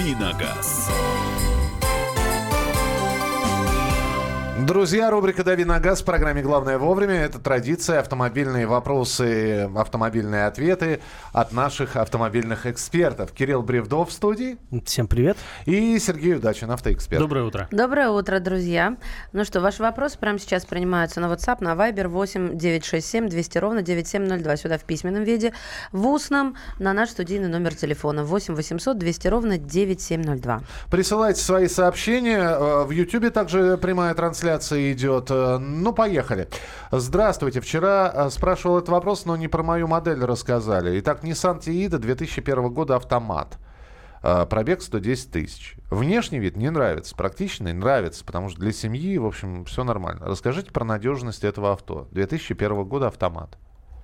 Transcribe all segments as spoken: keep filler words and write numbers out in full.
«Давиногаз». Друзья, рубрика «Дави на газ» в программе «Главное вовремя». Это традиция, автомобильные вопросы, автомобильные ответы от наших автомобильных экспертов. Кирилл Бревдов в студии. Всем привет. И Сергей Удачин, автоэксперт. Доброе утро. Доброе утро, друзья. Ну что, ваши вопросы прямо сейчас принимаются на WhatsApp, на Viber восемь девятьсот шестьдесят семь двести ровно девяносто семь ноль два. Сюда в письменном виде, в устном, на наш студийный номер телефона восемь восемьсот двести ровно девяносто семь ноль два. Присылайте свои сообщения. В Ютьюбе также прямая трансляция идет. Ну, поехали. Здравствуйте. Вчера спрашивал этот вопрос, но не про мою модель рассказали. Итак, Nissan Tiida две тысячи первого года, автомат. Пробег сто десять тысяч. Внешний вид не нравится. Практичный нравится, потому что для семьи, в общем, все нормально. Расскажите про надежность этого авто. две тысячи первого года, автомат.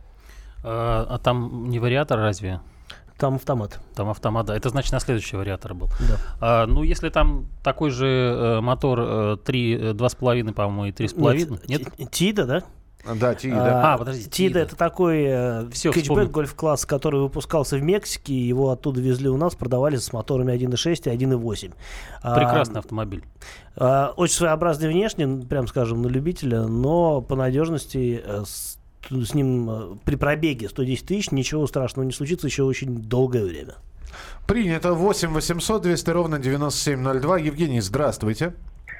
А, а там не вариатор разве? Там автомат. Там автомат, да. Это значит, на следующий вариатор был. Да. А, ну, если там такой же э, мотор э, три, два с половиной, по-моему, и три с половиной. Нет, Tiida, да? Да, Tiida. А, а, подождите. Tiida — это такой э, Всё, хэтчбэк гольф-класс, который выпускался в Мексике. Его оттуда везли у нас, продавали с моторами один и шесть и один и восемь. Прекрасный а, автомобиль. А, очень своеобразный внешне, прям скажем, на любителя, но по надежности э, с с ним при пробеге сто десять тысяч ничего страшного не случится еще очень долгое время. Принято. восемь восемьсот двести ровно девяносто семь ноль два. Евгений, здравствуйте.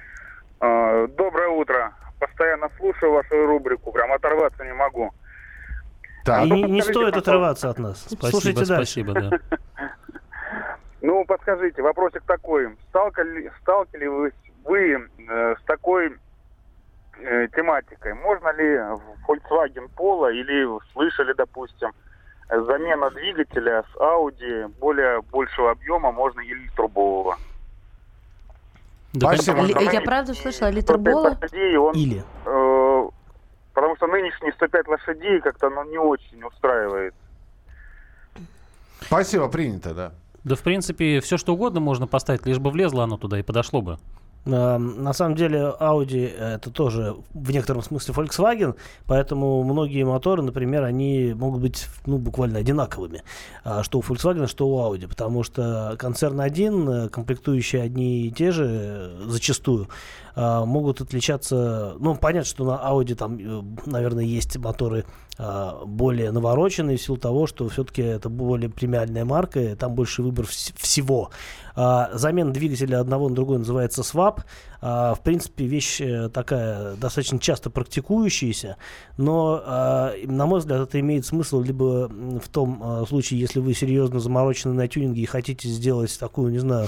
Доброе утро. Постоянно слушаю вашу рубрику, прям оторваться не могу. Так. И не, не стоит отрываться от нас. Спасибо, Слушайте дальше. Спасибо, да. Ну, подскажите, вопросик такой. Сталкивали, сталкивались вы э, с такой э, тематикой? Можно ли в Volkswagen Polo или слышали, допустим, замена двигателя с Audi более большего объема, можно или турбового? Да, Спасибо. Ли- я правда слышала, литр Бола? Он, Или. э, потому что нынешние сто пять лошадей как-то ну, не очень устраивает. Спасибо, принято, да. Да, в принципе, все что угодно можно поставить, лишь бы влезло оно туда и подошло бы. На самом деле Audi — это тоже в некотором смысле Volkswagen, поэтому многие моторы, например, они могут быть ну, буквально одинаковыми, что у Volkswagen, что у Audi, потому что концерн один, комплектующие одни и те же зачастую, могут отличаться. Ну, понятно, что на Audi там, наверное, есть моторы более навороченные в силу того, что все-таки это более премиальная марка, и там больше выбор вс- всего. Замена двигателя одного на другой называется свап. В принципе, вещь такая достаточно часто практикующаяся, но, на мой взгляд, это имеет смысл либо в том случае, если вы серьезно заморочены на тюнинге и хотите сделать такую, не знаю,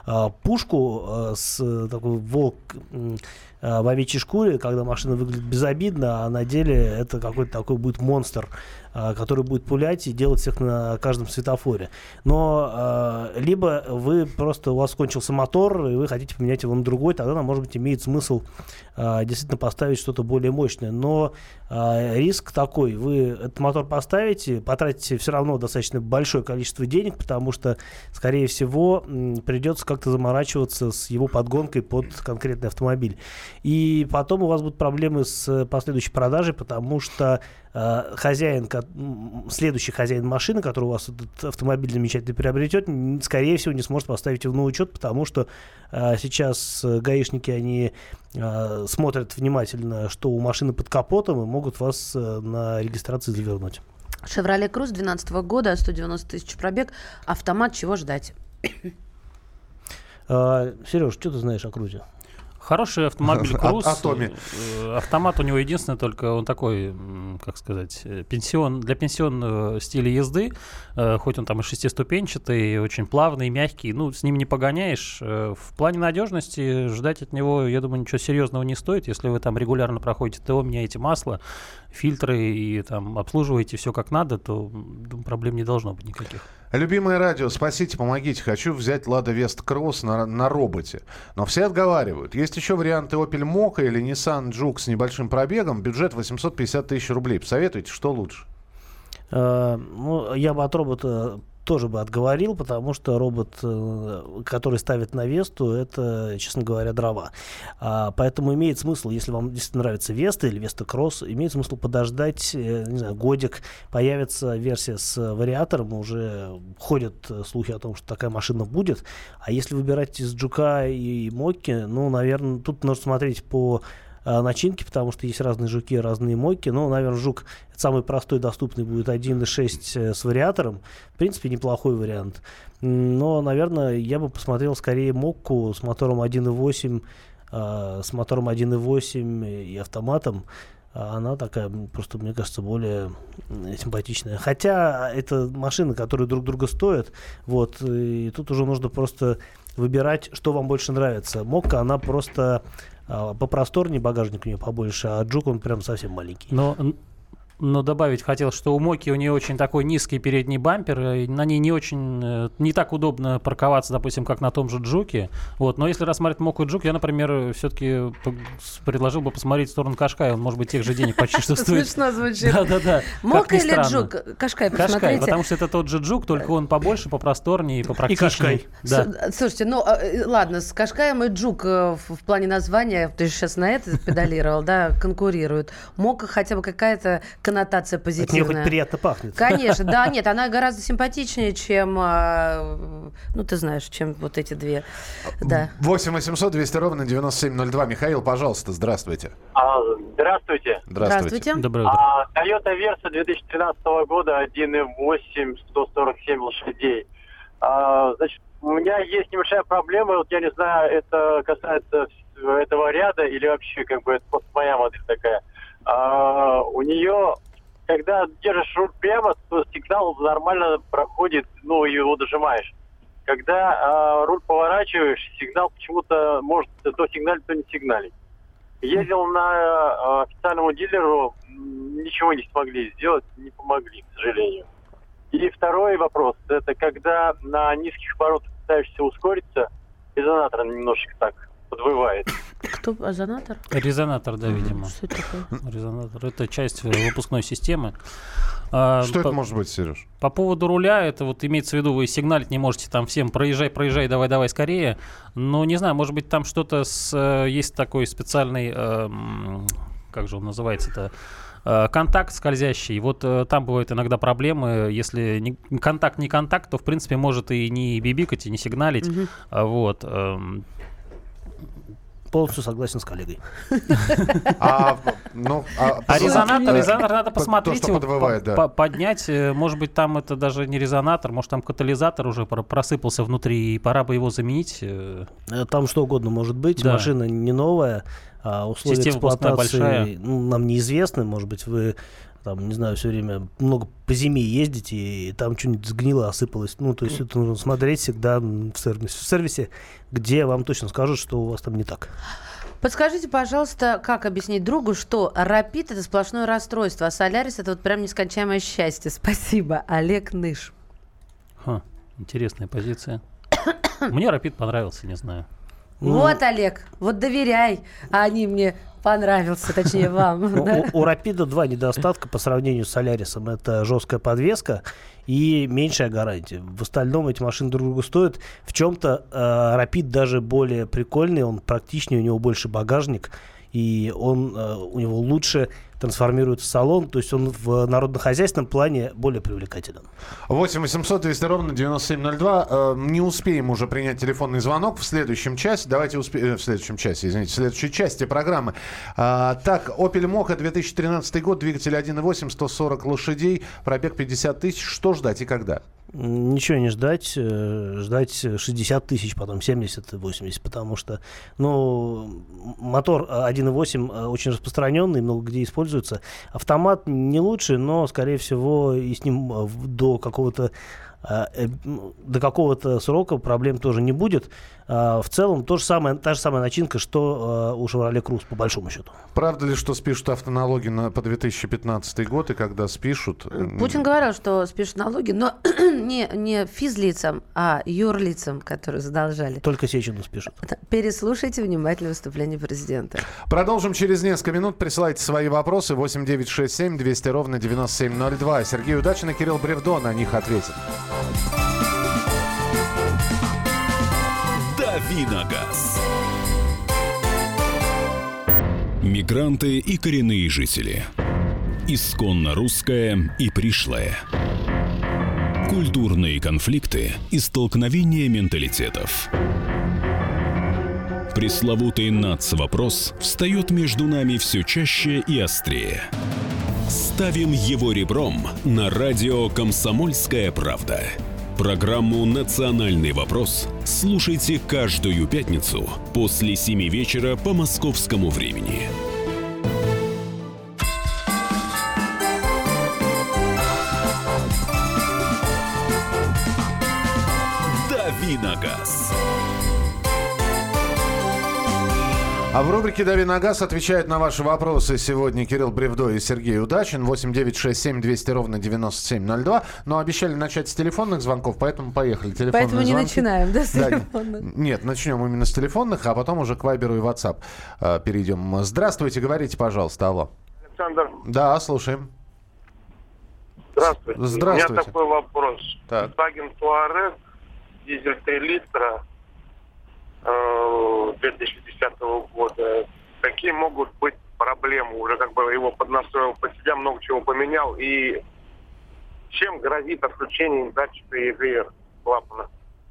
пушку с такой волк в овечьей шкуре, когда машина выглядит безобидно, а на деле это какой-то такой будет монстр, который будет пулять и делать всех на каждом светофоре. Но либо вы просто, у вас кончился мотор, и вы хотите поменять его на другой, тогда, может быть, имеет смысл действительно поставить что-то более мощное. Но риск такой: вы этот мотор поставите, потратите все равно достаточно большое количество денег, потому что, скорее всего, придется как-то заморачиваться с его подгонкой под конкретный автомобиль. И потом у вас будут проблемы с последующей продажей, потому что э, хозяин, ко- следующий хозяин машины, который у вас этот автомобиль замечательно приобретет, скорее всего, не сможет поставить его на учет, потому что э, сейчас гаишники, они э, смотрят внимательно, что у машины под капотом, и могут вас э, на регистрации завернуть. Chevrolet Cruze две тысячи двенадцатого года, сто девяносто тысяч пробег, автомат, чего ждать? э, Сереж, что ты знаешь о Крузе? Хороший автомобиль Круз. А Томми? Автомат у него единственное, только он такой, как сказать, пенсион, для пенсионного стиля езды, хоть он там и шестиступенчатый, очень плавный, мягкий, ну, с ним не погоняешь. В плане надежности ждать от него, я думаю, ничего серьезного не стоит. Если вы там регулярно проходите ТО, меняете масло, фильтры и там обслуживаете все как надо, то думаю, проблем не должно быть никаких. Любимое радио, спасите, помогите. Хочу взять Lada Vesta Cross на, на роботе. Но все отговаривают. Есть еще варианты Opel Mokka или Nissan Juke с небольшим пробегом. Бюджет восемьсот пятьдесят тысяч рублей. Посоветуйте, что лучше? Uh, ну, я бы от робота тоже бы отговорил, потому что робот, который ставит на Весту, это, честно говоря, дрова. А, поэтому имеет смысл, если вам действительно нравится Веста или Веста Кросс, имеет смысл подождать, не знаю, годик, появится версия с вариатором, уже ходят слухи о том, что такая машина будет. А если выбирать из Джука и Мокки, ну, наверное, тут нужно смотреть по начинки, потому что есть разные жуки, разные мокки. Но, наверное, жук самый простой, доступный будет один и шесть с вариатором. В принципе, неплохой вариант. Но, наверное, я бы посмотрел скорее мокку с мотором один и восемь, э, с мотором один и восемь и автоматом. Она такая, просто, мне кажется, более симпатичная. Хотя это машины, которые друг друга стоят. Вот, и тут уже нужно просто выбирать, что вам больше нравится. Мокка, она просто попросторнее, багажник у нее побольше, а Джук, он прям совсем маленький. Но, но добавить хотел, что у Мокки у нее очень такой низкий передний бампер, и на ней не очень, не так удобно парковаться, допустим, как на том же Джуке. Вот. Но если рассматривать Мокку и Джук, я, например, все-таки предложил бы посмотреть в сторону Кашкая, он, может быть, тех же денег почти что стоит. Смешно звучит. Да-да-да. Мокка или Джук? Кашкай, посмотрите. Кашкай, потому что это тот же Джук, только он побольше, попросторнее и попрактичнее. И Кашкай. Да. Слушайте, ну ладно, с Кашкаем и Джук в плане названия, ты же сейчас на это педалировал, да, конкурируют. Мокка хотя бы какая-то коннотация позитивная. От нее хоть приятно пахнет. Конечно, да, нет, она гораздо симпатичнее, чем, ну ты знаешь, чем вот эти две. Да. восемь восемьсот двести ровно девяносто семь ноль два. Михаил, пожалуйста, здравствуйте. А, здравствуйте. Здравствуйте. Доброе утро. А, Toyota Versa две тысячи тринадцатого года, один и восемь, сто сорок семь лошадей. А, значит, у меня есть небольшая проблема, вот я не знаю, это касается этого ряда или вообще, как бы, это просто моя модель такая. А, у нее, когда держишь руль прямо, то сигнал нормально проходит, ну, и его дожимаешь. Когда а, руль поворачиваешь, сигнал почему-то может то сигналить, то не сигналить. Ездил на а, официальному дилеру, ничего не смогли сделать, не помогли, к сожалению. И второй вопрос, это когда на низких оборотах пытаешься ускориться, резонатор немножечко так подвывает. Кто? Резонатор? Резонатор, да, видимо. Что это такое? Резонатор. Это часть выпускной системы. Что по, это может быть, Сереж? По поводу руля, это вот имеется в виду, вы сигналить не можете там всем проезжай, проезжай, давай, давай скорее. Но не знаю, может быть, там что-то с... Есть такой специальный... Э, как же он называется-то? Контакт скользящий. Вот э, там бывают иногда проблемы. Если не, контакт не контакт, то, в принципе, может и не бибикать, и не сигналить. Угу. А, вот. Э, Полностью согласен с коллегой. А, ну, а, а резонатор, э, резонатор надо посмотреть, то, что вот, подвывает, по- да. по- поднять. Может быть, там это даже не резонатор, может, там катализатор уже про- просыпался внутри, и пора бы его заменить. э. Там что угодно может быть. Да. Машина не новая, а условия Система выпускная эксплуатации большая. ну, нам неизвестны. Может быть, вы там, не знаю, все время много по зиме ездите, и там что-нибудь сгнило, осыпалось. Ну, то есть это нужно смотреть всегда в сервисе, в сервисе, где вам точно скажут, что у вас там не так. Подскажите, пожалуйста, как объяснить другу, что Rapid — это сплошное расстройство, а Solaris — это вот прям нескончаемое счастье. Спасибо, Олег Ныш. Ха, интересная позиция. Мне Rapid понравился, не знаю. Ну, Вот, Олег, вот доверяй, а они мне понравился, точнее, вам. У, у, у Rapid два недостатка по сравнению с Солярисом. Это жесткая подвеска и меньшая гарантия. В остальном эти машины друг друга стоят. В чем-то э, Rapid даже более прикольный, он практичнее, у него больше багажник, и он, э, у него лучше трансформируется в салон, то есть он в народно-хозяйственном плане более привлекателен. восемь восемьсот двести ровно девяносто семь ноль два. Э, не успеем уже принять телефонный звонок в следующем часе. Давайте успеем... В следующем часе, извините, в следующей части программы. А, так, Opel Mokka две тысячи тринадцатый год, двигатель один и восемь, сто сорок лошадей, пробег пятьдесят тысяч. Что ждать и когда? Ничего не ждать, э, ждать шестьдесят тысяч, потом семьдесят, восемьдесят, потому что, ну, мотор один и восемь очень распространенный, много где используется. Автомат не лучше, но, скорее всего, и с ним до какого-то э, до какого-то срока проблем тоже не будет. В целом, то же самое, та же самая начинка, что у Chevrolet Cruze, по большому счету. Правда ли, что спишут автоналоги на, по две тысячи пятнадцатый год, и когда спишут... Путин говорил, что спишут налоги, но не, не физлицам, а юрлицам, которые задолжали. Только Сечину спишут. Переслушайте внимательно выступление президента. Продолжим через несколько минут. Присылайте свои вопросы. восемь девятьсот шестьдесят семь двести ровно девяносто семь ноль два. Сергей Удачин и Кирилл Бревдо на них ответят. Давиногаз. Мигранты и коренные жители. Исконно русское и пришлое. Культурные конфликты и столкновения менталитетов. Пресловутый нацвопрос встает между нами все чаще и острее. Ставим его ребром на радио «Комсомольская правда». Программу «Национальный вопрос» слушайте каждую пятницу после семи вечера по московскому времени. Давиногаз. А в рубрике «Дави на газ» отвечают на ваши вопросы сегодня Кирилл Бревдо и Сергей Удачин. восемь девятьсот шестьдесят семь двести ровно девяносто семь ноль два. Но обещали начать с телефонных звонков, поэтому поехали. Телефонные Поэтому не звонки. начинаем, да, с Да, телефонных? Нет, начнем именно с телефонных, а потом уже к Вайберу и WhatsApp э, перейдем. Здравствуйте, говорите, пожалуйста, алло. Александр, Да, слушаем. здравствуйте. Здравствуйте. У меня такой вопрос. Так. Volkswagen Touareg, дизель три литра, э, две тысячи десятого года. Какие могут быть проблемы? Уже как бы его поднастроил под себя, много чего поменял. И чем грозит отключение датчика и джи эр клапана?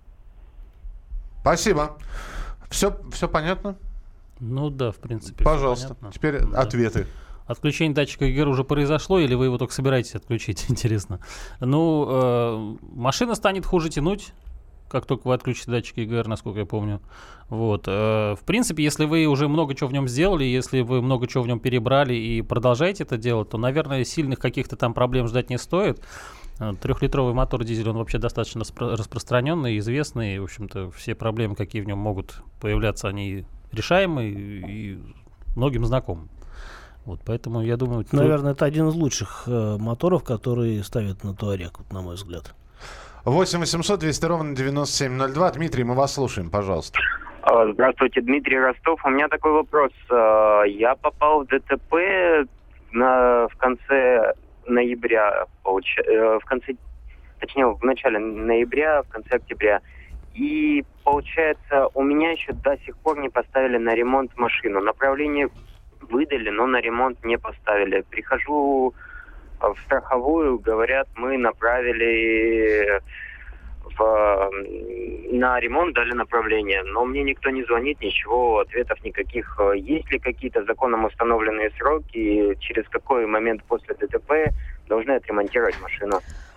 Спасибо. Все, все понятно? Ну да, в принципе. Пожалуйста. всё понятно. Теперь Да. ответы. Отключение датчика ГИР уже произошло, или вы его только собираетесь отключить? Интересно. Ну, э, машина станет хуже тянуть, как только вы отключите датчик ГИР, насколько я помню. Вот. Э, в принципе, если вы уже много чего в нем сделали, если вы много чего в нем перебрали и продолжаете это делать, то, наверное, сильных каких-то там проблем ждать не стоит. Трехлитровый мотор дизель, он вообще достаточно спро- распространенный, известный. В общем-то, все проблемы, какие в нем могут появляться, они решаемы и многим знакомы. Вот, поэтому я думаю... тут- Наверное, это один из лучших э, моторов, которые ставят на Туарек, вот, на мой взгляд. восемь восемьсот двести ровно девяносто семь ноль два. Дмитрий, мы вас слушаем, пожалуйста. Здравствуйте, Дмитрий Ростов. У меня такой вопрос. Я попал в ДТП на, в конце ноября, получ... в конце, точнее, в начале ноября, в конце октября. И, получается, у меня еще до сих пор не поставили на ремонт машину. Направление выдали, но на ремонт не поставили. Прихожу в страховую, говорят, мы направили в, на ремонт, дали направление, но мне никто не звонит, ничего, ответов никаких. Есть ли какие-то законом установленные сроки, через какой момент после ДТП должны отремонтировать машину?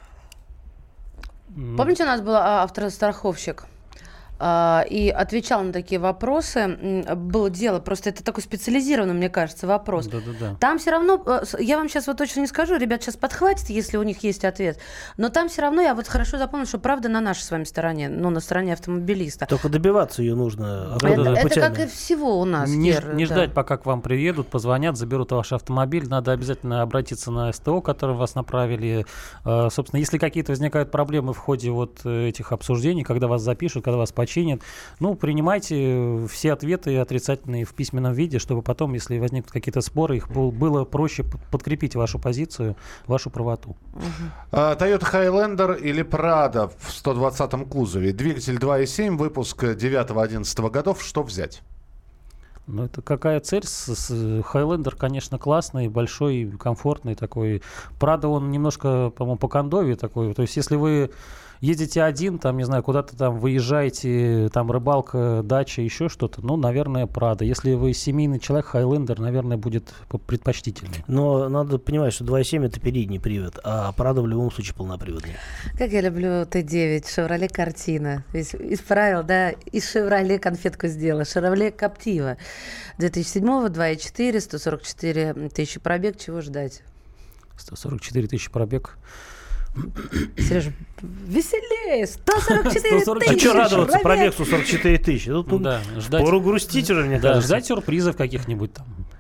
Помните, у нас был а, автостраховщик? А, и отвечал на такие вопросы. М, Было дело, просто это такой специализированный, мне кажется, вопрос. Да-да-да. Там все равно, э, с- я вам сейчас вот точно не скажу, ребят сейчас подхватят, если у них есть ответ, но там все равно, я вот хорошо запомнила, что правда на нашей с вами стороне, ну, на стороне автомобилиста. Только добиваться ее нужно. Да, Это, да, да, это путями. как и всего у нас, Не, Кир, не да. ждать, пока к вам приедут, позвонят, заберут ваш автомобиль. Надо обязательно обратиться на СТО, который вас направили. Э, собственно, если какие-то возникают проблемы в ходе вот э, этих обсуждений, когда вас запишут, когда вас починят, ну, принимайте все ответы отрицательные в письменном виде, чтобы потом, если возникнут какие-то споры, их был- было проще п- подкрепить вашу позицию, вашу правоту. А, Toyota Highlander или Prado в сто двадцатом кузове. Двигатель два и семь, выпуск девятого-одиннадцатого годов. Что взять? Ну, это какая цель? С, с- Highlander, конечно, классный, большой, комфортный такой. Правда, он немножко, по-моему, по кондове такой. То есть, если вы едете один, там, не знаю, куда-то там выезжаете, там рыбалка, дача, еще что-то, ну, наверное, Prado. Если вы семейный человек, Highlander, наверное, будет п- предпочтительнее. Но надо понимать, что два и семь это передний привод, а Prado в любом случае полноприводный. Как я люблю Т девять, Chevrolet Cortina. Ведь исправил, да, из Chevrolet конфетку сделала. Chevrolet Captiva. две тысячи седьмого, два и четыре, сто сорок четыре тысячи пробег. Чего ждать? сто сорок четыре тысячи пробег. Сережа, веселее! сто сорок четыре сто сорок А тысячи что радоваться пробег. пробег сто сорок четыре тысячи? Тут Ну, да, ждать, пору грустить уже, мне да, кажется. ждать сюрпризов каких-нибудь там.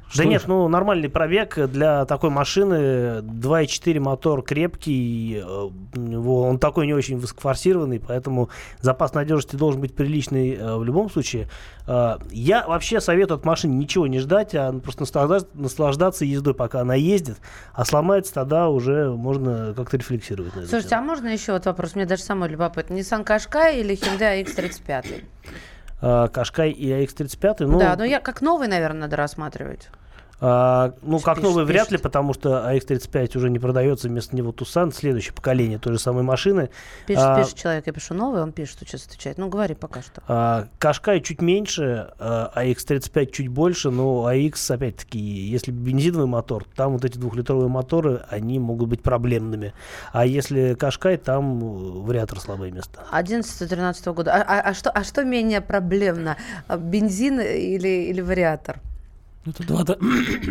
Да Что нет, ж? ну нормальный пробег для такой машины, два и четыре мотор крепкий, э, он такой не очень высокофорсированный, поэтому запас надежности должен быть приличный э, в любом случае. Э, я вообще советую от машины ничего не ждать, а просто наслаждаться, наслаждаться ездой, пока она ездит, а сломается, тогда уже можно как-то рефлексировать на это. Слушайте, а можно еще вот вопрос? Мне даже самой любопытно. Nissan Qashqai или Hyundai икс тридцать пять? Qashqai и эй икс тридцать пять, ну... Да, но я как новый, наверное, надо рассматривать. А, ну, как Пишет, новый вряд пишет. ли, потому что эй икс тридцать пять уже не продается, вместо него Tucson, следующее поколение той же самой машины. Пишет, А, пишет человек, я пишу новый, он пишет, что сейчас отвечает. Ну, говори пока что. а, Qashqai чуть меньше, а эй икс тридцать пять чуть больше, но эй икс, опять-таки, если бензиновый мотор, там вот эти двухлитровые моторы, они могут быть проблемными. А если Qashqai, там вариатор слабое место. одиннадцатого-тринадцатого года. А, а- а что, а что менее проблемно? А, Бензин или, или вариатор? Это два... да-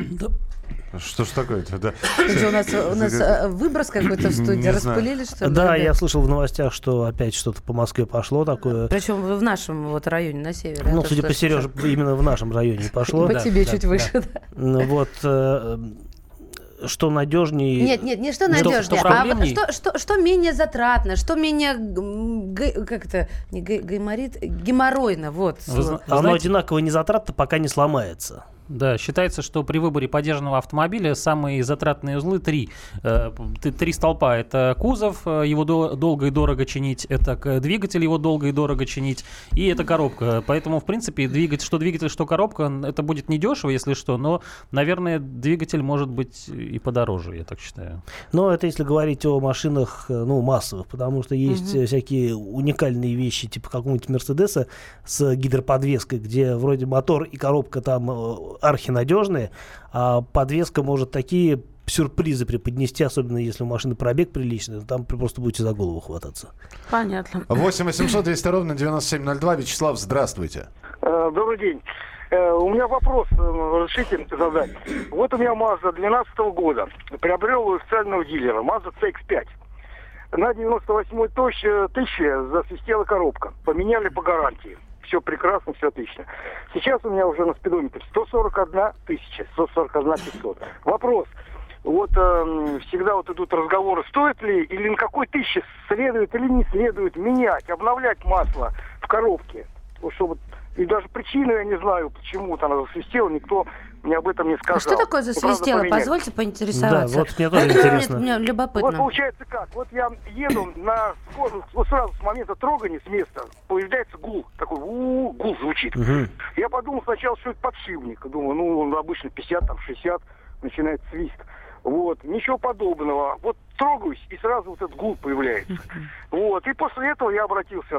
Что ж такое-то? Да. Это у нас, у нас э, выброс какой-то в студии, Не знаю. распылили, что ли? Да, ребят? я слышал в новостях, что опять что-то по Москве пошло такое. Причем в нашем вот районе, на севере. Ну, Я судя тоже по слышала. Сереже, именно в нашем районе пошло. По Да, тебе да, чуть да. выше, да. Ну, вот, э, что надежнее... Нет, нет, не что Что- надежнее, что а проблемней? что, что, что менее затратно, что менее, м, г- как это, не г- гайморит, геморройно, вот. Вы слово. зна- Оно знаете- одинаково не затратно, пока не сломается. Да, считается, что при выборе подержанного автомобиля самые затратные узлы три. Э, т- Три столпа. Это кузов, э, его дол- долго и дорого чинить, это к- двигатель, его долго и дорого чинить, и это коробка. Поэтому, в принципе, двигатель, что двигатель, что коробка, н- это будет недешево, если что, но, наверное, двигатель может быть и подороже, я так считаю. Но это если говорить о машинах, э, ну, массовых, потому что есть э, всякие уникальные вещи, типа какого-нибудь Мерседеса с гидроподвеской, где вроде мотор и коробка там э, архинадежные, а подвеска может такие сюрпризы преподнести, особенно если у машины пробег приличный, там просто будете за голову хвататься. Понятно. восемь восемьсот двести ровно девяносто семь ноль два. Вячеслав, здравствуйте. Э, Добрый день. Э, У меня вопрос, э, разрешите задать. Вот у меня Mazda двенадцатого года. Приобрел у официального дилера Mazda си икс пять. На девяносто восьмой тысяче засвистела коробка. Поменяли по гарантии. Все прекрасно, все отлично. Сейчас у меня уже на спидометре сто сорок одна тысяча, сто сорок одна пятьсот. Вопрос. Вот э, всегда вот идут разговоры, стоит ли или на какой тысяче следует или не следует менять, обновлять масло в коробке. Вот чтобы... И даже причину я не знаю, почему-то она засвистела, никто мне об этом не сказал. А что такое Ну, правда, засвистело? поменяли. Позвольте поинтересоваться. Да, вот мне тоже интересно. Мне, мне любопытно. Вот получается как? Вот я еду на скорость, вот сразу с момента трогания с места появляется гул. Такой у-у-у, гул звучит. Мгм. Я подумал сначала, что это подшипник. Думаю, ну, он обычно пятьдесят, там, шестьдесят, начинает свист. Вот, ничего подобного. Вот трогаюсь, и сразу вот этот гул появляется. Вот, и после этого я обратился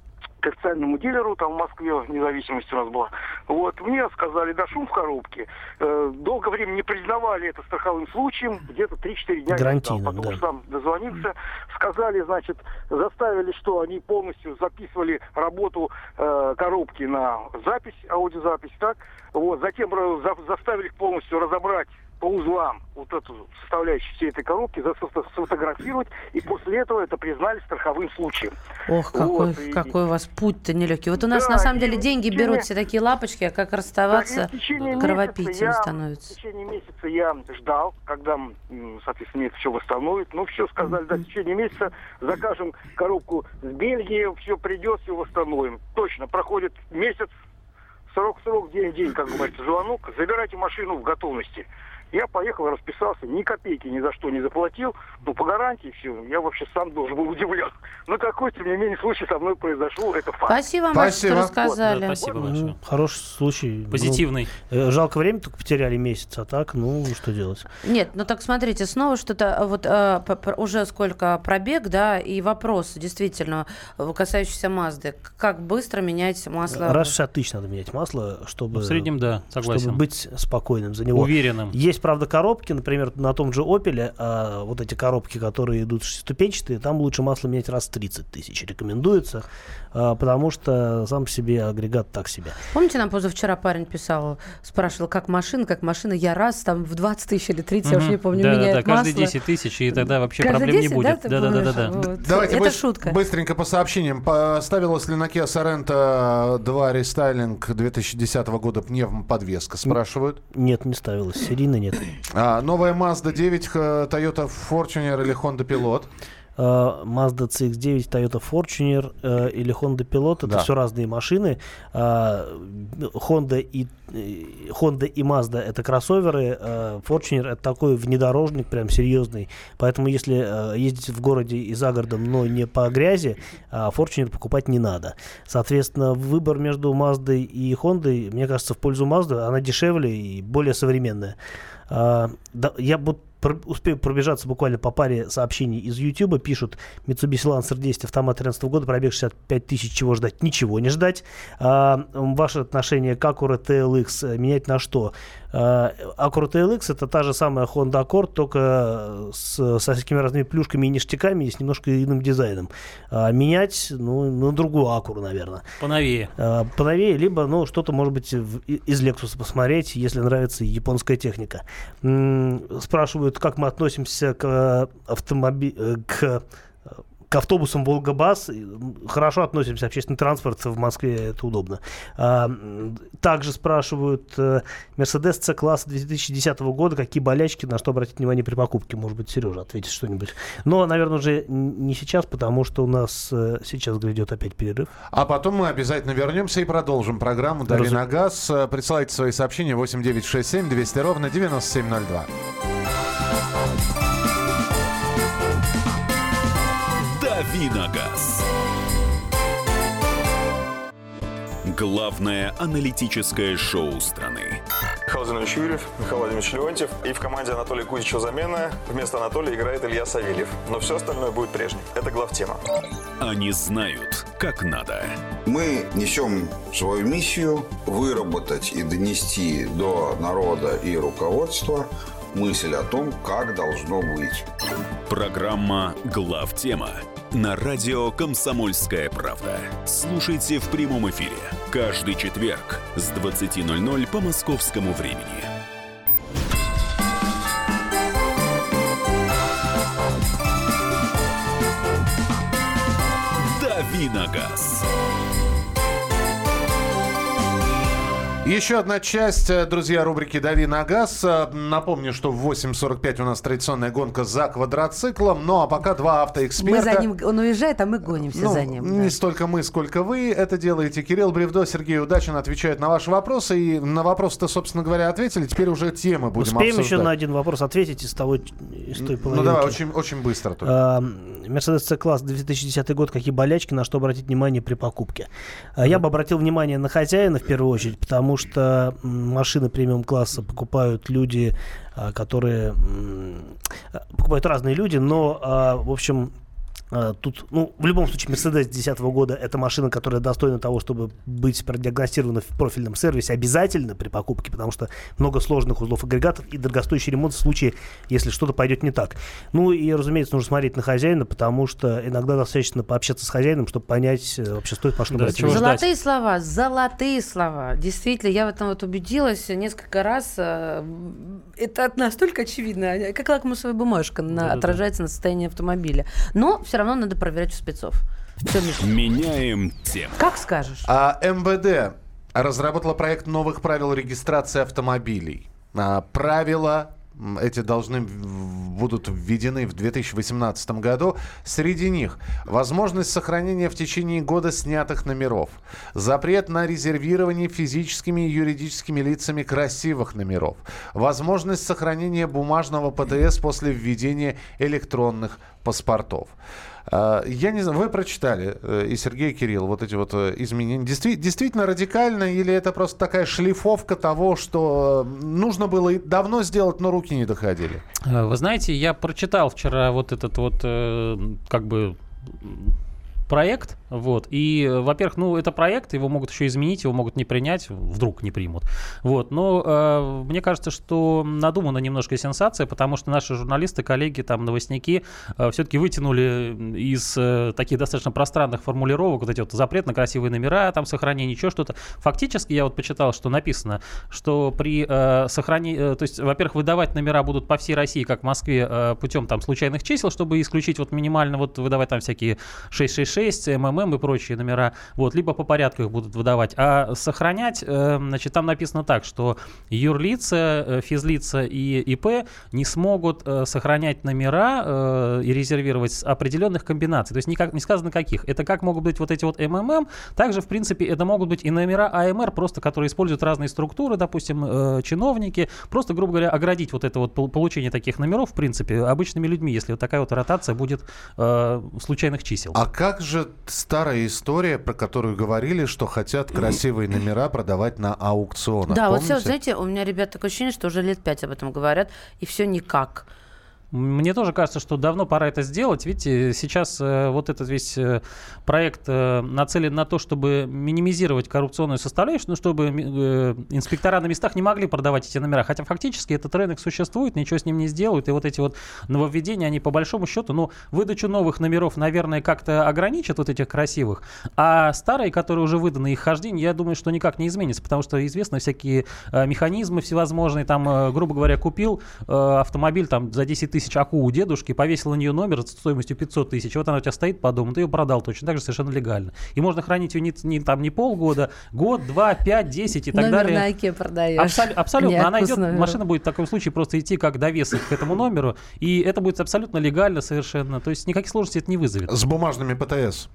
к официальному дилеру, там в Москве независимость у нас была. Вот, мне сказали, да, шум в коробке. Э, долгое время не признавали это страховым случаем, где-то три-четыре дня. я ждал. Гарантийным, Потом да. уж сам дозвонился, сказали, значит, заставили, что они полностью записывали работу э, коробки на запись, аудиозапись, так? Вот, затем э, за- заставили их полностью разобрать по узлам вот эту составляющую всей этой коробки, зафото- сфотографировать, и после этого это признали страховым случаем. Ох, какой, Вот, и- какой у вас путь-то нелегкий. Вот у нас Да, на самом и деле в деньги течение- берут все такие лапочки, а как Да, и расставаться, в течение кровопийцами месяца я- В становятся. течение месяца я ждал, когда, м, соответственно, мне это все восстановят. Ну, все сказали, да, в течение месяца закажем коробку с Бельгии, все придет, все восстановим. Точно, проходит месяц, срок-срок, день-день, как говорится, звонок, забирайте машину в готовности. Я поехал, расписался, ни копейки ни за что не заплатил, ну, по гарантии все, я вообще сам должен был удивляться. Но такой, тем не менее, случай со мной произошел, это факт. Спасибо вам большое, что Спасибо. рассказали. Да, спасибо Ну, большое. хороший случай. Позитивный. Ну, э, жалко, время только потеряли месяц, а так, ну, что делать? Нет, ну так смотрите, снова что-то, а, вот а, п- п- уже сколько пробег, да, и вопрос, действительно, э, касающийся Мазды. Как быстро менять масло? Раз в шестьдесят тысяч надо менять масло, чтобы, В среднем, да, согласен. чтобы быть спокойным за него. Уверенным. Если есть, правда, коробки, например, на том же Opel, а, вот эти коробки, которые идут шестиступенчатые, там лучше масло менять раз в тридцать тысяч рекомендуется, а, потому что сам по себе агрегат так себе. Помните, нам позавчера парень писал, спрашивал, как машина, как машина, я раз там в двадцать тысяч или тридцать, я уж не помню, да, меняет да, да, масло. каждые десять тысяч, и тогда вообще Каждые проблем десять, не будет. Да, Да, да, да, да, вот. Давайте Это быс- шутка. быстренько по сообщениям. Ставилась ли на Kia Sorento два рестайлинг две тысячи десятого года пневмоподвеска, спрашивают? Нет, не ставилось. Серийно нет. А, новая Mazda девять, Toyota Fortuner или Honda Pilot? Uh, Mazda си икс девять, Toyota Fortuner uh, или Honda Pilot, это да. все разные машины. Uh, Honda, и, Honda и Mazda это кроссоверы, uh, Fortuner это такой внедорожник прям серьезный. Поэтому если uh, ездить в городе и за городом, но не по грязи, uh, Fortuner покупать не надо. Соответственно, выбор между Mazda и Honda, мне кажется, в пользу Mazda, она дешевле и более современная. Uh, да, я буду успею пробежаться буквально по паре сообщений из YouTube. Пишут: Mitsubishi Lancer десять, автомат тринадцатого года, пробег шестьдесят пять тысяч, чего ждать? Ничего не ждать. А, ваше отношение к Acura ти эл икс менять на что? А, Acura ти эл икс это та же самая Honda Accord, только с, со всякими разными плюшками и ништяками и с немножко иным дизайном. А, менять, ну, на другую Acura, наверное. Поновее. А, поновее, либо, ну, что-то, может быть, в, из Lexus посмотреть, если нравится японская техника. М-м, спрашивают, как мы относимся к автомобилю, к, к автобусам Волга-Бас. Хорошо относимся, общественный транспорт в Москве, это удобно. А, также спрашивают, Mercedes C-класса две тысячи десятого года, какие болячки, на что обратить внимание при покупке. Может быть, Сережа ответит что-нибудь. Но, наверное, уже не сейчас, потому что у нас сейчас грядет опять перерыв. А потом мы обязательно вернемся и продолжим программу «Дави на газ». Присылайте свои сообщения восемь девятьсот шестьдесят семь двести ровно девяносто семь ноль два. «Дави на газ». Главное аналитическое шоу страны. Михаил Владимирович Юрьев, Михаил Владимирович Леонтьев. И в команде Анатолия Кузичева замена. Вместо Анатолия играет Илья Савельев. Но все остальное будет прежним. Это главтема. Они знают, как надо. Мы несем свою миссию выработать и донести до народа и руководства мысль о том, как должно быть. Программа «Главтема» на радио «Комсомольская правда». Слушайте в прямом эфире каждый четверг с двадцати ноль-ноль по московскому времени. «Дави на газ». Еще одна часть, друзья, рубрики «Дави на газ». Напомню, что в восемь сорок пять у нас традиционная гонка за квадроциклом. Ну, а пока два автоэксперта. Мы за ним, он уезжает, а мы гонимся ну, за ним. Не да. столько мы, сколько вы это делаете. Кирилл Бревдо, Сергей Удачин отвечают на ваши вопросы. И на вопросы-то, собственно говоря, ответили. Теперь уже темы будем Успеем обсуждать. еще на один вопрос ответить из, того, из той половинки. Ну, давай, очень, очень быстро. Только. Mercedes C-класс две тысячи десятый год. Какие болячки, на что обратить внимание при покупке? Mm-hmm. Я бы обратил внимание на хозяина в первую очередь, потому что машины премиум-класса покупают люди, которые... Покупают разные люди, но, в общем... Тут, ну, в любом случае, Mercedes две тысячи десятого года – это машина, которая достойна того, чтобы быть продиагностирована в профильном сервисе обязательно при покупке, потому что много сложных узлов агрегатов и дорогостоящий ремонт в случае, если что-то пойдет не так. Ну и, разумеется, нужно смотреть на хозяина, потому что иногда достаточно пообщаться с хозяином, чтобы понять, вообще стоит машину да, брать. Золотые слова, золотые слова. Действительно, я в этом вот убедилась несколько раз. Это настолько очевидно, как лакмусовая бумажка на, отражается на состоянии автомобиля. Но все равно надо проверять у спецов. Все, меняем тему. Как скажешь. А МВД разработала проект новых правил регистрации автомобилей. А, правила эти должны будут введены в две тысячи восемнадцатом году. Среди них возможность сохранения в течение года снятых номеров, запрет на резервирование физическими и юридическими лицами красивых номеров, возможность сохранения бумажного ПТС после введения электронных паспортов. Я не знаю, вы прочитали, и Сергей, и Кирилл, вот эти вот изменения. Действи- действительно радикально, или это просто такая шлифовка того, что нужно было и давно сделать, но руки не доходили? Вы знаете, я прочитал вчера вот этот вот, как бы, проект, вот, и, во-первых, ну, это проект, его могут еще изменить, его могут не принять, вдруг не примут, вот, но э, мне кажется, что надумана немножко сенсация, потому что наши журналисты, коллеги, там, новостники э, все-таки вытянули из э, таких достаточно пространных формулировок вот эти вот запрет на красивые номера, там, сохранение, еще что-то. Фактически, я вот почитал, что написано, что при э, сохранении, э, то есть, во-первых, выдавать номера будут по всей России, как в Москве, э, путем, там, случайных чисел, чтобы исключить вот минимально, вот, выдавать там всякие шесть шесть шесть, эм эм эм и прочие номера, вот, либо по порядку их будут выдавать. А сохранять, э, значит, там написано так, что юрлица, э, физлица и ИП не смогут э, сохранять номера э, и резервировать с определенных комбинаций. То есть никак, не сказано каких. Это как могут быть вот эти вот эм эм эм, также, в принципе, это могут быть и номера а эм эр, просто которые используют разные структуры, допустим, э, чиновники, просто, грубо говоря, оградить вот это вот получение таких номеров, в принципе, обычными людьми, если вот такая вот ротация будет э, случайных чисел. А как же старая история, про которую говорили, что хотят красивые номера продавать на аукционах? Да, Помните? вот все, знаете, у меня, ребята, такое ощущение, что уже лет пять об этом говорят, и все никак. Мне тоже кажется, что давно пора это сделать. Видите, сейчас э, вот этот весь э, проект э, нацелен на то, чтобы минимизировать коррупционную составляющую, ну, чтобы э, инспектора на местах не могли продавать эти номера. Хотя фактически этот рынок существует, ничего с ним не сделают. И вот эти вот нововведения, они по большому счету, ну, выдачу новых номеров, наверное, как-то ограничат вот этих красивых. А старые, которые уже выданы, их хождение, я думаю, что никак не изменится. Потому что известны всякие э, механизмы всевозможные. Там, э, грубо говоря, купил э, автомобиль там за десять тысяч АКУ у дедушки, повесил на нее номер стоимостью пятьсот тысяч, вот она у тебя стоит по дому, ты ее продал точно так же совершенно легально. И можно хранить ее не, не, там, не полгода, год, два, пять, десять и так номер далее. Номер на Оке продаешь. Абсол- абсолютно. Нет, она идет, машина будет в таком случае просто идти как довесок к этому номеру, и это будет абсолютно легально совершенно. То есть никаких сложностей это не вызовет. С бумажными ПТС.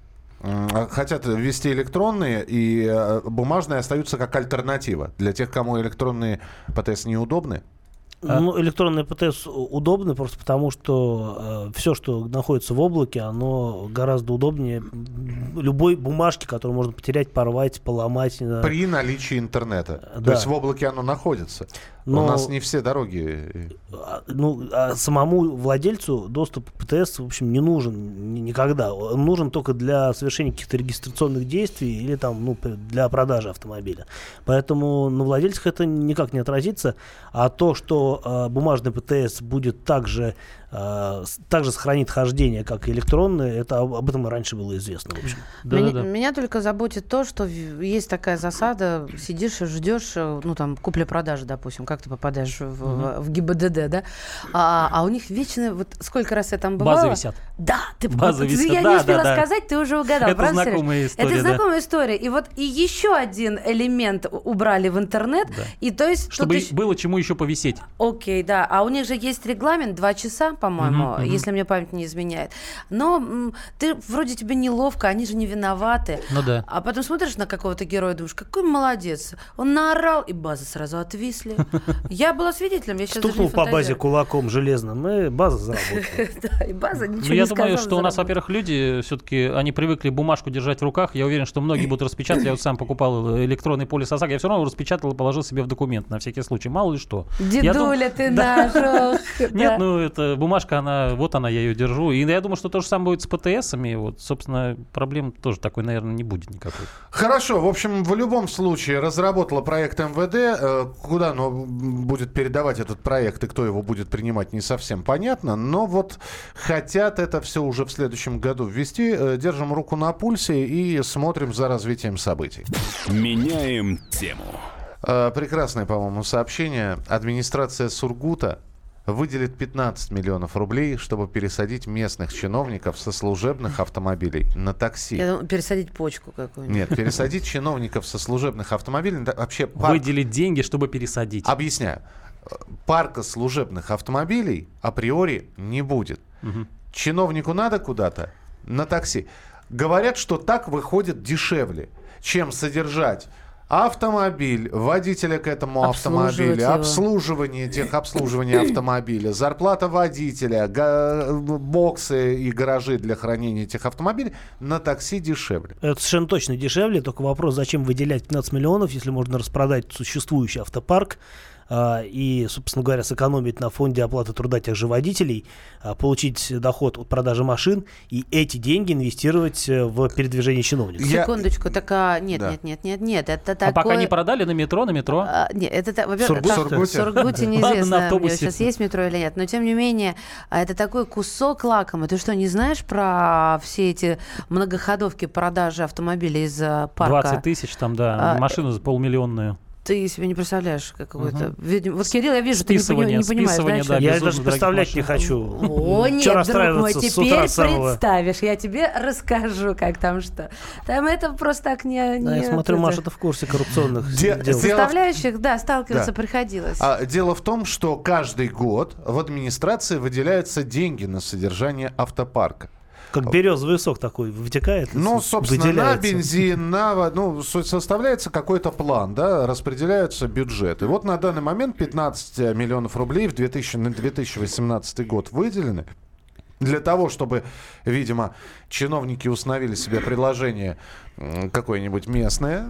Хотят ввести электронные, и бумажные остаются как альтернатива для тех, кому электронные ПТС неудобны. Ну, электронный ПТС удобно просто потому, что э, все, что находится в облаке, оно гораздо удобнее любой бумажки, которую можно потерять, порвать, поломать. При наличии интернета. Да. То есть в облаке оно находится. Но... У нас не все дороги. Ну, а самому владельцу доступ к ПТС, в общем, не нужен никогда. Он нужен только для совершения каких-то регистрационных действий или там, ну, для продажи автомобиля. Поэтому на владельцах это никак не отразится. А то, что э, бумажный ПТС будет также, э, также сохранит хождение, как и электронный, это об этом и раньше было известно. В общем. Да, меня, да, да. меня только заботит то, что есть такая засада, сидишь и ждешь, ну, там, купли-продажи, допустим, как ты попадаешь в, uh-huh. в, в ГИБДД, да, а, а у них вечно, вот сколько раз я там бывала... Базы висят. Да, ты, Базы вот, висят. я да, не успела да, сказать, да. ты уже угадал. Это правда, знакомая Сереж? история, Это да. знакомая история. И вот и еще один элемент убрали в интернет, да. и то есть... Чтобы еще... было чему еще повисеть. Окей, да, а у них же есть регламент, два часа, по-моему, uh-huh, uh-huh. если мне память не изменяет. Но м, ты, вроде тебе неловко, они же не виноваты. Ну да. А потом смотришь на какого-то героя, думаешь, какой молодец. Он наорал, и базы сразу отвисли. Я была свидетелем, я сейчас Стукнул по базе кулаком железным, и база заработала. Да, и база ничего не сказала. Ну, я думаю, что у нас, во-первых, люди все-таки, они привыкли бумажку держать в руках. Я уверен, что многие будут распечатать. Я вот сам покупал электронный полис ОСАГО. Я все равно распечатал и положил себе в документ на всякий случай. Мало ли что. Дедуля, ты наш. Нет, ну, это бумажка, она, вот она, я ее держу. И я думаю, что то же самое будет с ПТСами. Вот, собственно, проблем тоже такой, наверное, не будет никакой. Хорошо. В общем, в любом случае разработала проект МВД. Куда оно будет передавать этот проект и кто его будет принимать, не совсем понятно. Но вот хотят это все уже в следующем году ввести. Держим руку на пульсе и смотрим за развитием событий. Меняем тему. Прекрасное, по-моему, сообщение. Администрация Сургута выделит пятнадцать миллионов рублей, чтобы пересадить местных чиновников со служебных автомобилей на такси. Я думаю, пересадить почку какую-нибудь. Нет, пересадить чиновников со служебных автомобилей. Вообще парк... Выделить деньги, чтобы пересадить. Объясняю. Парка служебных автомобилей априори не будет. Угу. Чиновнику надо куда-то на такси. Говорят, что так выходит дешевле, чем содержать автомобиль, водителя к этому автомобилю, обслуживание техобслуживания автомобиля, зарплата водителя, га- боксы и гаражи для хранения этих автомобилей на такси дешевле. Это совершенно точно дешевле, только вопрос, зачем выделять пятнадцать миллионов, если можно распродать существующий автопарк, а, и, собственно говоря, сэкономить на фонде оплаты труда тех же водителей, а, получить доход от продажи машин и эти деньги инвестировать в передвижение чиновников. Я... Секундочку, так а, нет, да. нет, нет, нет, нет, это такое... А пока не продали на метро, на метро? А, нет, это, во-первых, в Сургуте, в Сургуте неизвестно, у него сейчас есть метро или нет, но тем не менее, это такой кусок лакомый. Ты что, не знаешь про все эти многоходовки продажи автомобилей из парка? двадцать тысяч там, да, а, машину за полмиллионную. Ты себе не представляешь, как какой-то... Угу. Вот, Кирилл, я вижу, ты не, пони- не понимаешь, да, да, я даже представлять машин. не хочу. О, нет, друг мой, теперь представишь. Я тебе расскажу, как там что. Там это просто так не... Да, не я смотрю, это... Маша-то в курсе коррупционных Де- дел. Составляющих, да, сталкиваться да. приходилось. А, дело в том, что каждый год в администрации выделяются деньги на содержание автопарка. Как березовый сок такой вытекает? Ну, собственно, на бензин, на... Ну, составляется какой-то план, да, распределяются бюджеты. Вот на данный момент пятнадцать миллионов рублей в две тысячи, на две тысячи восемнадцатый год выделены для того, чтобы, видимо, чиновники установили себе предложение какое-нибудь местное,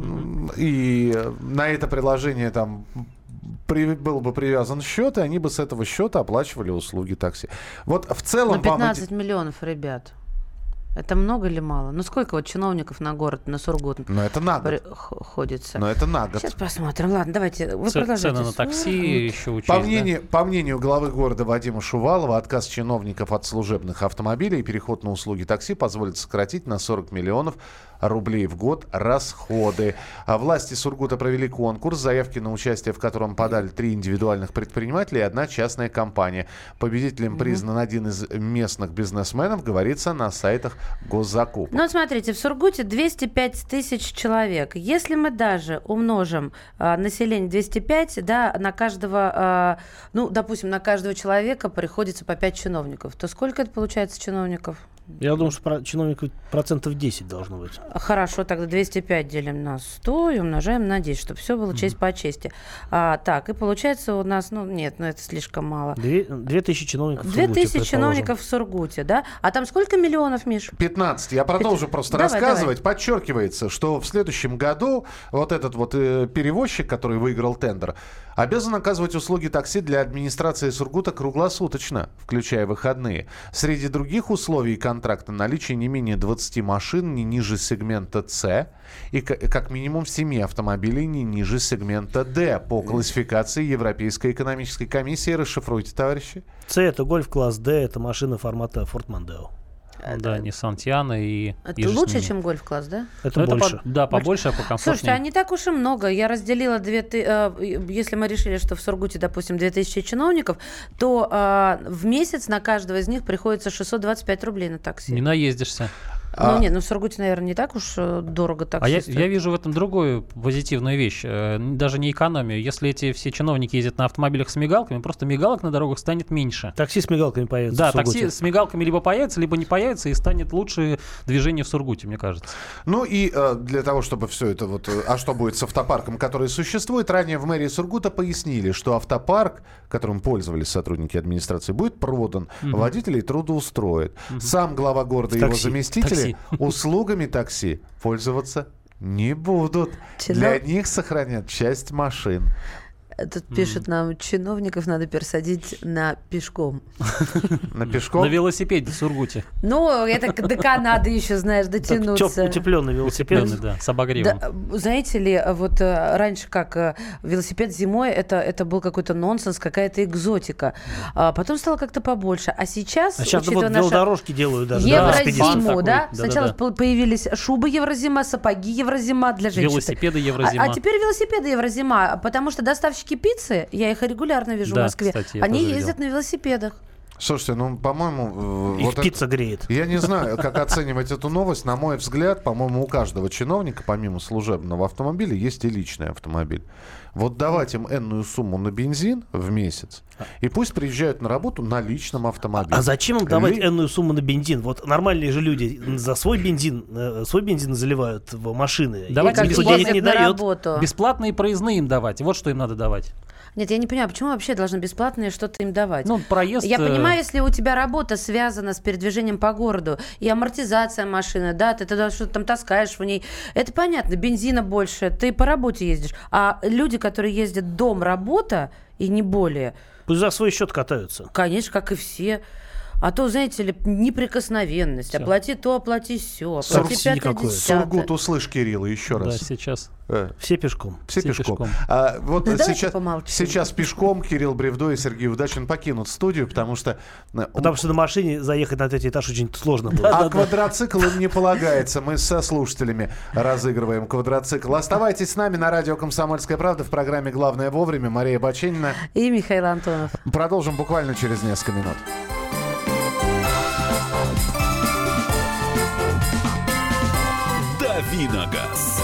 и на это предложение там... При, был бы привязан счет, и они бы с этого счета оплачивали услуги такси. Вот в целом... Но пятнадцать вам... миллионов, ребят. Это много или мало? Ну, сколько вот чиновников на город, на Сургут Но это на год. ходится? Но это на год. Сейчас посмотрим. Ладно, давайте, вы Ц- продолжайте. Цены на такси еще учесть, по мнению, да? По мнению главы города Вадима Шувалова, отказ чиновников от служебных автомобилей и переход на услуги такси позволит сократить на сорок миллионов рублей в год расходы. А власти Сургута провели конкурс, заявки на участие в котором подали три индивидуальных предпринимателя и одна частная компания. Победителем mm-hmm. признан один из местных бизнесменов, говорится на сайтах госзакупок. Ну, смотрите, в Сургуте двести пять тысяч человек. Если мы даже умножим а, население двести пять, да, на каждого, а, ну, допустим, на каждого человека приходится по пять чиновников, то сколько это получается чиновников? Я думаю, что про чиновников процентов десять должно быть. Хорошо, тогда двести пять делим на сто и умножаем на десять, чтобы все было честь mm-hmm. по чести. А, так, и получается у нас, ну нет, ну это слишком мало. Две тысячи чиновников в Сургуте, Две тысячи чиновников в Сургуте, да? А там сколько миллионов, Миш? пятнадцать. Я продолжу пятнадцать. Просто давай, рассказывать. Давай. Подчеркивается, что в следующем году вот этот вот э, перевозчик, который выиграл тендер, обязан оказывать услуги такси для администрации Сургута круглосуточно, включая выходные. Среди других условий контракта наличие не менее двадцати машин не ниже сегмента С и как минимум семи автомобилей не ниже сегмента Д по классификации Европейской экономической комиссии. Расшифруйте, товарищи. С это гольф-класс, Д это машина формата Ford Mondeo. Да, Nissan Tiana и... Это и лучше, чем гольф-класс, да? Это это больше. По, да, побольше, а покомфортнее. Слушайте, а не так уж и много. Я разделила две... Э, если мы решили, что в Сургуте, допустим, две тысячи чиновников, то э, в месяц на каждого из них приходится шестьсот двадцать пять рублей на такси. Не наездишься. Ну, А... нет, ну в Сургуте, наверное, не так уж дорого такси. А я, я вижу в этом другую позитивную вещь, даже не экономию. Если эти все чиновники ездят на автомобилях с мигалками, просто мигалок на дорогах станет меньше. Такси с мигалками появится. Да, в Сургуте. такси с мигалками либо появится, либо не появится, и станет лучше движение в Сургуте, мне кажется. Ну и э, для того, чтобы все это вот... А что будет с автопарком, который существует? Ранее в мэрии Сургута пояснили, что автопарк, которым пользовались сотрудники администрации, будет продан. Угу. Водителей трудоустроят. Угу. Сам глава города и его заместители услугами такси пользоваться не будут. Чинов... Для них сохранят часть машин. Тут пишет mm. нам, чиновников надо пересадить на пешком. На пешком? На велосипеде в Сургуте. Ну, это до Канады еще, знаешь, дотянуться. Утепленный велосипед. Утепленный, да, с обогревом. Знаете ли, вот раньше как велосипед зимой, это был какой-то нонсенс, какая-то экзотика. Потом стало как-то побольше. А сейчас... А сейчас вот велодорожки делают даже. Еврозиму, да? Сначала появились шубы Еврозима, сапоги Еврозима для женщин. Велосипеды Еврозима. А теперь велосипеды Еврозима, потому что доставщики пиццы, я их регулярно вижу да, в Москве, кстати, они ездят на велосипедах. Слушайте, ну, по-моему... Их вот пицца это... греет. Я не знаю, как оценивать эту новость. На мой взгляд, по-моему, у каждого чиновника, помимо служебного автомобиля, есть и личный автомобиль. Вот давать им энную сумму на бензин в месяц, и пусть приезжают на работу на личном автомобиле. А зачем им давать Ли... энную сумму на бензин? Вот нормальные же люди за свой бензин, свой бензин заливают в машины. Давайте никто денег не дает. Бесплатные проездные им давать. Вот что им надо давать. Нет, я не понимаю, почему вообще должны бесплатные что-то им давать? Ну, проезд... Я понимаю, если у тебя работа связана с передвижением по городу, и амортизация машины, да, ты туда что-то там таскаешь в ней, это понятно, бензина больше, ты по работе ездишь. А люди, которые ездят дом-работа, и не более... Пусть за свой счет катаются. Конечно, как и все. А то, знаете ли, неприкосновенность. Все. Оплати то, оплати все. Оплати пятое, Сургут, услышь, Кирилла, еще раз. Да, сейчас. Э. Все пешком. Все, Все пешком. пешком. А, вот да сейчас, сейчас пешком Кирилл Бревдо и Сергей Удачин покинут студию, потому что... Потому что на машине заехать на третий этаж очень сложно было. А квадроцикл им не полагается. Мы со слушателями разыгрываем квадроцикл. Оставайтесь с нами на радио «Комсомольская правда» в программе «Главное вовремя». Мария Баченина и Михаил Антонов. Продолжим буквально через несколько минут. Давиногаз.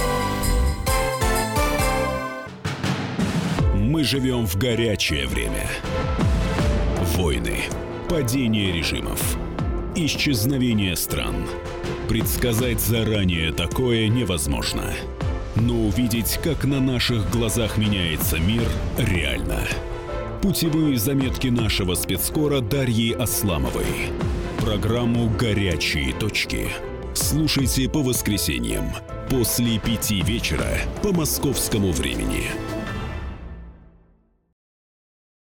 Мы живем в горячее время. Войны, падение режимов, исчезновение стран. Предсказать заранее такое невозможно. Но увидеть, как на наших глазах меняется мир, реально. Путевые заметки нашего спецкора Дарьи Асламовой. Программу «Горячие точки». Слушайте по воскресеньям после пяти вечера по московскому времени.